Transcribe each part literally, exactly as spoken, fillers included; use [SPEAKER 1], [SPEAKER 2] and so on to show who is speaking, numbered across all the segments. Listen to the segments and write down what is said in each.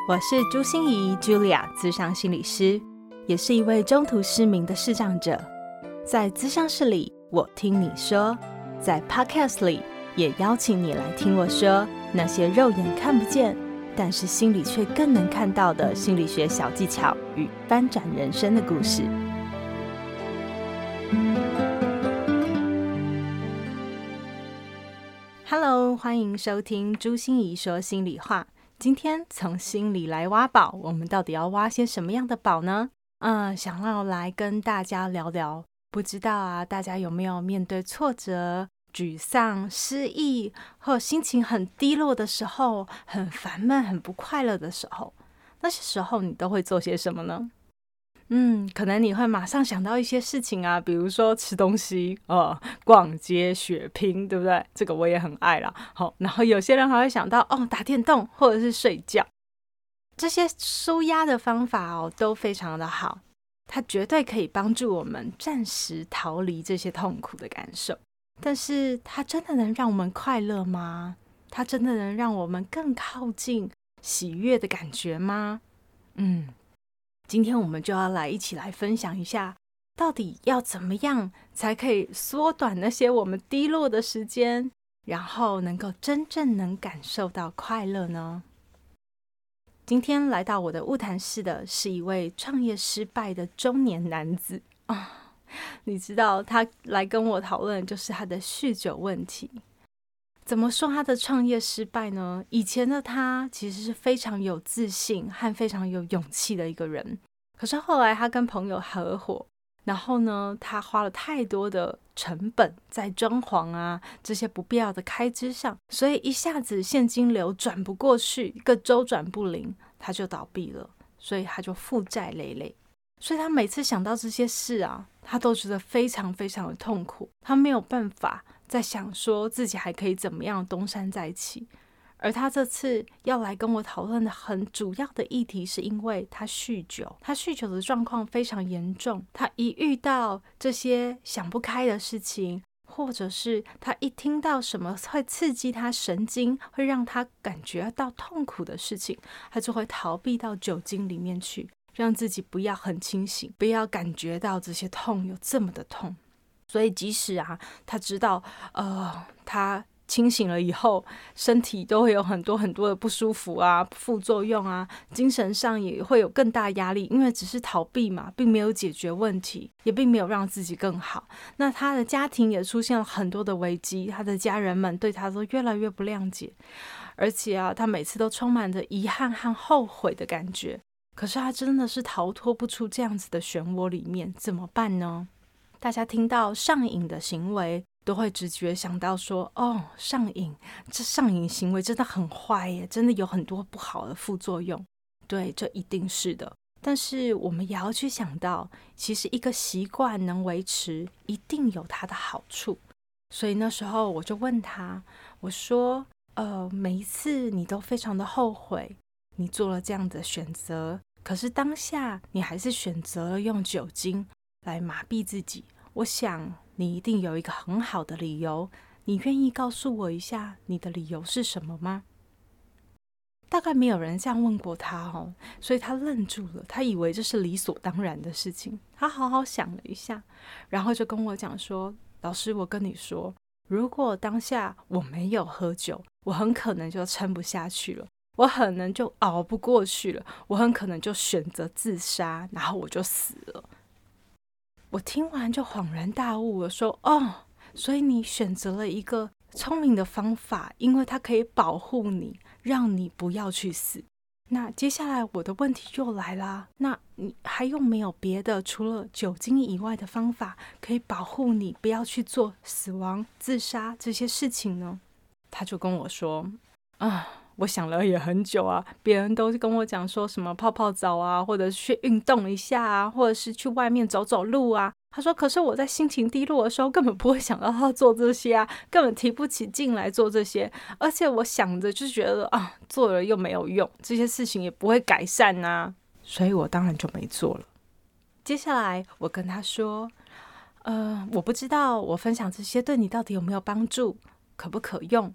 [SPEAKER 1] 我是朱心怡 Julia 諮商心理师，也是一位中途失明的视障者。在諮商室里，我听你说；在 Podcast 里，也邀请你来听我说那些肉眼看不见，但是心里却更能看到的心理学小技巧与翻转人生的故事。Hello， 欢迎收听朱心怡说心里话。今天从心里来挖宝，我们到底要挖些什么样的宝呢？嗯，想要来跟大家聊聊，不知道啊，大家有没有面对挫折、沮丧、失意，或心情很低落的时候，很烦闷、很不快乐的时候，那些时候你都会做些什么呢？嗯，可能你会马上想到一些事情啊，比如说吃东西、呃、逛街、血拼，对不对？这个我也很爱啦。好，然后有些人还会想到哦，打电动或者是睡觉。这些抒压的方法哦，都非常的好，它绝对可以帮助我们暂时逃离这些痛苦的感受。但是，它真的能让我们快乐吗？它真的能让我们更靠近喜悦的感觉吗？嗯。今天我们就要来一起来分享一下，到底要怎么样才可以缩短那些我们低落的时间，然后能够真正能感受到快乐呢？今天来到我的晤谈室的是一位创业失败的中年男子啊，你知道他来跟我讨论就是他的酗酒问题。怎么说他的创业失败呢？以前的他其实是非常有自信和非常有勇气的一个人，可是后来他跟朋友合伙，然后呢，他花了太多的成本在装潢啊这些不必要的开支上，所以一下子现金流转不过去，一个周转不灵，他就倒闭了，所以他就负债累累。所以他每次想到这些事啊，他都觉得非常非常的痛苦，他没有办法在想说自己还可以怎么样东山再起。而他这次要来跟我讨论的很主要的议题，是因为他酗酒，他酗酒的状况非常严重，他一遇到这些想不开的事情，或者是他一听到什么会刺激他神经，会让他感觉到痛苦的事情，他就会逃避到酒精里面去，让自己不要很清醒，不要感觉到这些痛有这么的痛。所以即使啊，他知道呃，他清醒了以后，身体都会有很多很多的不舒服啊、副作用啊，精神上也会有更大压力，因为只是逃避嘛，并没有解决问题，也并没有让自己更好。那他的家庭也出现了很多的危机，他的家人们对他都越来越不谅解，而且啊，他每次都充满着遗憾和后悔的感觉。可是他真的是逃脱不出这样子的漩涡里面，怎么办呢？大家听到上瘾的行为，都会直觉想到说，哦，上瘾，这上瘾行为真的很坏耶，真的有很多不好的副作用。对，这一定是的。但是我们也要去想到，其实一个习惯能维持，一定有它的好处。所以那时候我就问他，我说，呃，每一次你都非常的后悔，你做了这样的选择，可是当下你还是选择了用酒精来麻痹自己，我想你一定有一个很好的理由，你愿意告诉我一下你的理由是什么吗？大概没有人这样问过他哦，所以他愣住了，他以为这是理所当然的事情。他好好想了一下，然后就跟我讲说，老师，我跟你说，如果当下我没有喝酒，我很可能就撑不下去了，我可能就熬不过去了，我很可能就选择自杀，然后我就死了。我听完就恍然大悟了，说哦，所以你选择了一个聪明的方法，因为它可以保护你，让你不要去死。那接下来我的问题又来啦，那你还有没有别的除了酒精以外的方法可以保护你不要去做死亡、自杀这些事情呢？他就跟我说啊，我想了也很久啊，别人都跟我讲说什么泡泡澡啊，或者去运动一下啊，或者是去外面走走路啊。他说可是我在心情低落的时候根本不会想到要做这些啊，根本提不起劲来做这些，而且我想着就觉得啊，做了又没有用，这些事情也不会改善啊，所以我当然就没做了。接下来我跟他说呃，我不知道我分享这些对你到底有没有帮助，可不可用，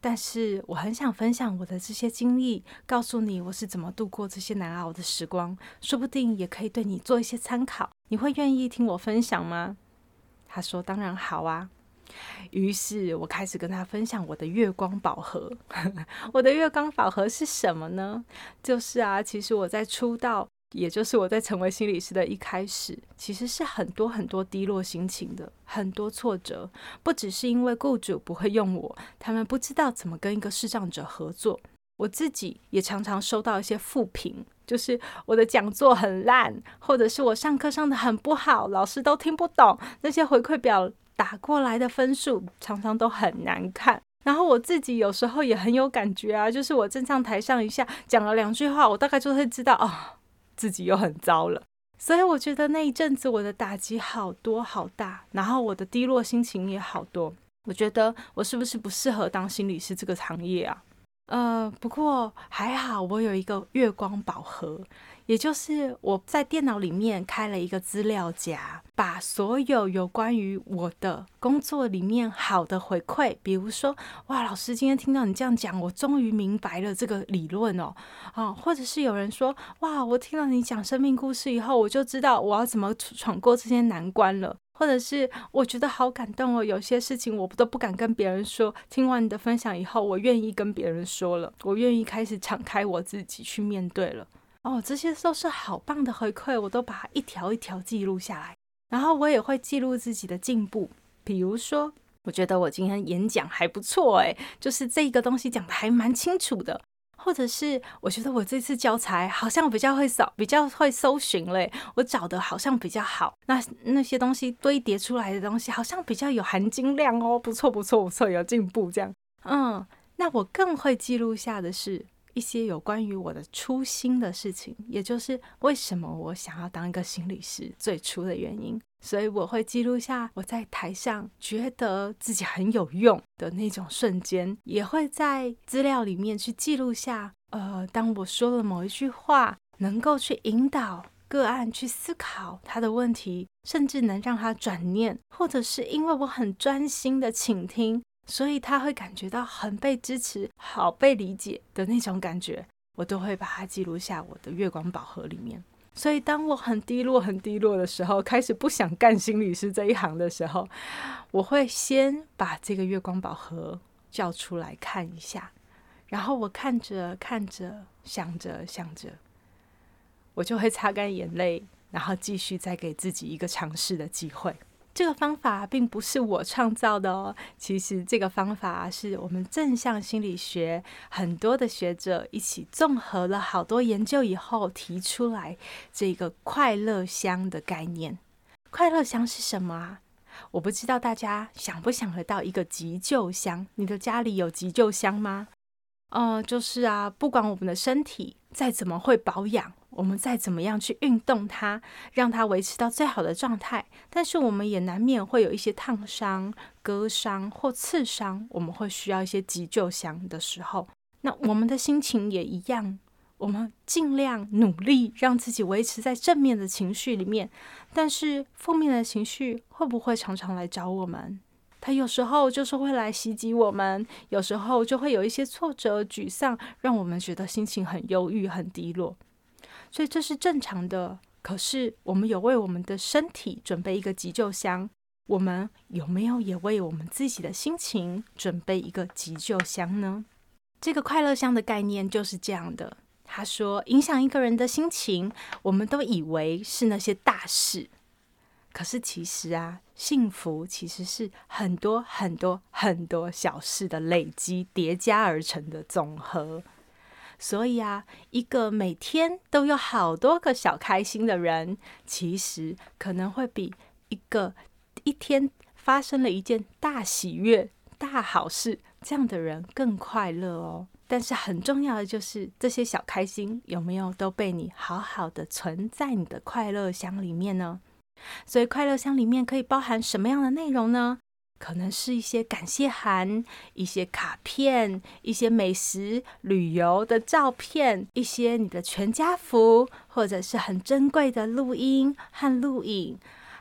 [SPEAKER 1] 但是我很想分享我的这些经历，告诉你我是怎么度过这些难熬的时光，说不定也可以对你做一些参考。你会愿意听我分享吗？他说当然好啊。于是我开始跟他分享我的月光宝盒我的月光宝盒是什么呢？就是啊，其实我在出道，也就是我在成为心理师的一开始，其实是很多很多低落心情的，很多挫折，不只是因为雇主不会用我，他们不知道怎么跟一个视障者合作，我自己也常常收到一些负评，就是我的讲座很烂，或者是我上课上的很不好，老师都听不懂，那些回馈表打过来的分数常常都很难看。然后我自己有时候也很有感觉啊，就是我站上台上一下讲了两句话，我大概就会知道哦，自己又很糟了。所以我觉得那一阵子我的打击好多好大，然后我的低落心情也好多。我觉得我是不是不适合当心理师这个行业啊？呃，不过还好我有一个月光宝盒，也就是我在电脑里面开了一个资料夹，把所有有关于我的工作里面好的回馈，比如说哇，老师今天听到你这样讲，我终于明白了这个理论哦，啊，或者是有人说哇，我听到你讲生命故事以后，我就知道我要怎么闯过这些难关了。或者是我觉得好感动哦，有些事情我都不敢跟别人说，听完你的分享以后，我愿意跟别人说了，我愿意开始敞开我自己去面对了。哦，这些都是好棒的回馈，我都把它一条一条记录下来，然后我也会记录自己的进步。比如说我觉得我今天演讲还不错诶，就是这个东西讲的还蛮清楚的，或者是我觉得我这次教材好像比较会搜，比较会搜寻嘞，我找的好像比较好，那那些东西堆叠出来的东西好像比较有含金量哦，不错不错不错，有进步这样。嗯，那我更会记录下的是一些有关于我的初心的事情，也就是为什么我想要当一个心理师最初的原因。所以我会记录下我在台上觉得自己很有用的那种瞬间，也会在资料里面去记录下呃，当我说了某一句话能够去引导个案去思考他的问题，甚至能让他转念，或者是因为我很专心的倾听，所以他会感觉到很被支持，好被理解的那种感觉，我都会把它记录下我的月光宝盒里面。所以当我很低落很低落的时候，开始不想干心理师这一行的时候，我会先把这个月光宝盒叫出来看一下，然后我看着看着想着想着，我就会擦干眼泪，然后继续再给自己一个尝试的机会。这个方法并不是我创造的哦，其实这个方法是我们正向心理学很多的学者一起综合了好多研究以后提出来这个快乐箱的概念。快乐箱是什么啊？我不知道大家想不想得到一个急救箱，你的家里有急救箱吗？呃，就是啊，不管我们的身体再怎么会保养，我们再怎么样去运动它，让它维持到最好的状态，但是我们也难免会有一些烫伤、割伤或刺伤，我们会需要一些急救箱的时候。那我们的心情也一样，我们尽量努力让自己维持在正面的情绪里面，但是负面的情绪会不会常常来找我们？它有时候就是会来袭击我们，有时候就会有一些挫折、沮丧，让我们觉得心情很忧郁、很低落。所以这是正常的，可是我们有为我们的身体准备一个急救箱，我们有没有也为我们自己的心情准备一个急救箱呢？这个快乐箱的概念就是这样的。他说，影响一个人的心情，我们都以为是那些大事，可是其实啊，幸福其实是很多很多很多小事的累积叠加而成的总和。所以啊，一个每天都有好多个小开心的人，其实可能会比一个一天发生了一件大喜悦、大好事这样的人更快乐哦。但是很重要的就是，这些小开心有没有都被你好好的存在你的快乐箱里面呢？所以快乐箱里面可以包含什么样的内容呢？可能是一些感谢函、一些卡片、一些美食、旅游的照片、一些你的全家福，或者是很珍贵的录音和录影，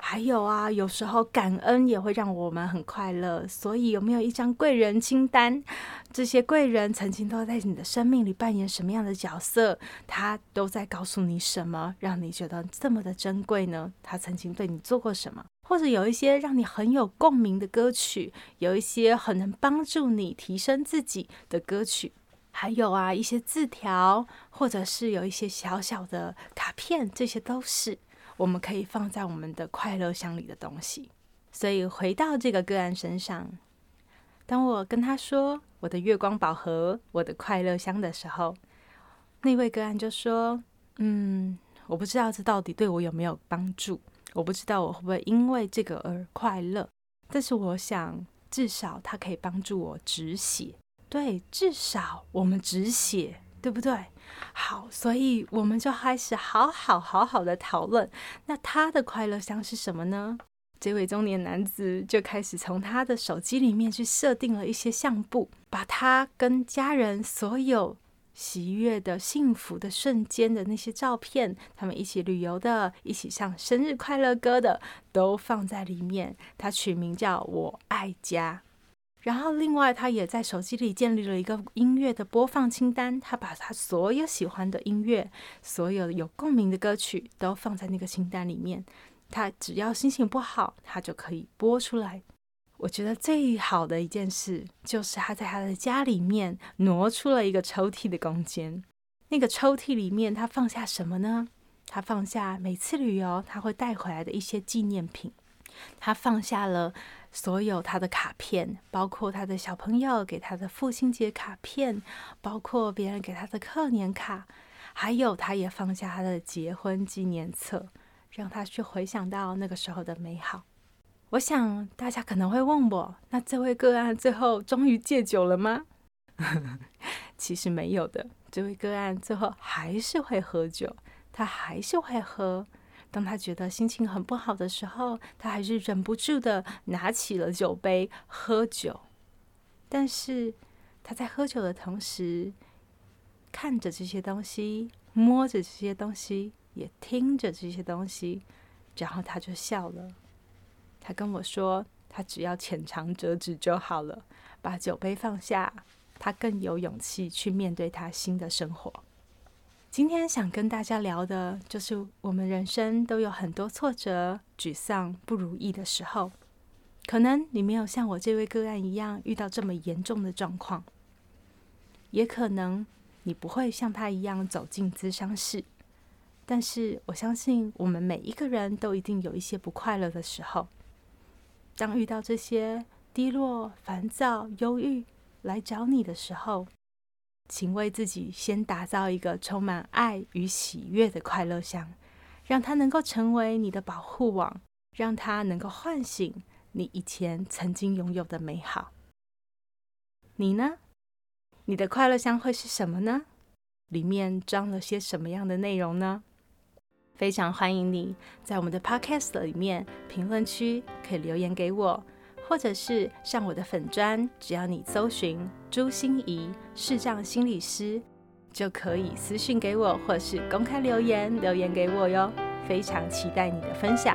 [SPEAKER 1] 还有啊，有时候感恩也会让我们很快乐。所以有没有一张贵人清单？这些贵人曾经都在你的生命里扮演什么样的角色？他都在告诉你什么，让你觉得这么的珍贵呢？他曾经对你做过什么？或者有一些让你很有共鸣的歌曲，有一些很能帮助你提升自己的歌曲，还有啊一些字条，或者是有一些小小的卡片，这些都是我们可以放在我们的快乐箱里的东西。所以回到这个个案身上，当我跟他说我的月光宝盒，我的快乐箱的时候，那位个案就说嗯，我不知道这到底对我有没有帮助，我不知道我会不会因为这个而快乐，但是我想至少它可以帮助我止血。对，至少我们止血，对不对？好，所以我们就开始好好好好的讨论，那他的快乐箱是什么呢？这位中年男子就开始从他的手机里面去设定了一些相簿，把他跟家人所有喜悦的幸福的瞬间的那些照片，他们一起旅游的，一起唱生日快乐歌的，都放在里面。他取名叫我爱家。然后另外他也在手机里建立了一个音乐的播放清单，他把他所有喜欢的音乐，所有有共鸣的歌曲都放在那个清单里面，他只要心情不好他就可以播出来。我觉得最好的一件事就是他在他的家里面挪出了一个抽屉的空间，那个抽屉里面他放下什么呢？他放下每次旅游他会带回来的一些纪念品，他放下了所有他的卡片，包括他的小朋友给他的父亲节卡片，包括别人给他的贺年卡，还有他也放下他的结婚纪念册，让他去回想到那个时候的美好。我想大家可能会问我，那这位个案最后终于戒酒了吗？其实没有的，这位个案最后还是会喝酒，他还是会喝。当他觉得心情很不好的时候，他还是忍不住的拿起了酒杯喝酒。但是他在喝酒的同时，看着这些东西，摸着这些东西，也听着这些东西，然后他就笑了。他跟我说，他只要浅尝辄止就好了，把酒杯放下，他更有勇气去面对他新的生活。今天想跟大家聊的就是我们人生都有很多挫折、沮丧、不如意的时候，可能你没有像我这位个案一样遇到这么严重的状况，也可能你不会像他一样走进咨商室，但是我相信我们每一个人都一定有一些不快乐的时候。当遇到这些低落、烦躁、忧郁来找你的时候，请为自己先打造一个充满爱与喜悦的快乐箱，让它能够成为你的保护网，让它能够唤醒你以前曾经拥有的美好。你呢？你的快乐箱会是什么呢？里面装了些什么样的内容呢？非常欢迎你在我们的 podcast 里面评论区可以留言给我，或者是上我的粉专，只要你搜寻朱心怡视障心理师，就可以私讯给我，或是公开留言留言给我哟。非常期待你的分享。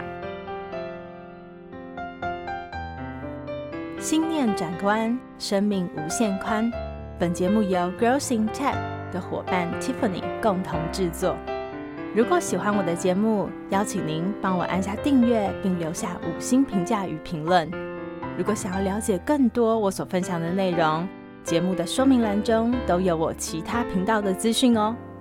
[SPEAKER 1] 心念转关，生命无限宽。本节目由 Girls in Tech 的伙伴 Tiffany 共同制作。如果喜欢我的节目，邀请您帮我按下订阅，并留下五星评价与评论。如果想要了解更多我所分享的内容，节目的说明栏中都有我其他频道的资讯哦。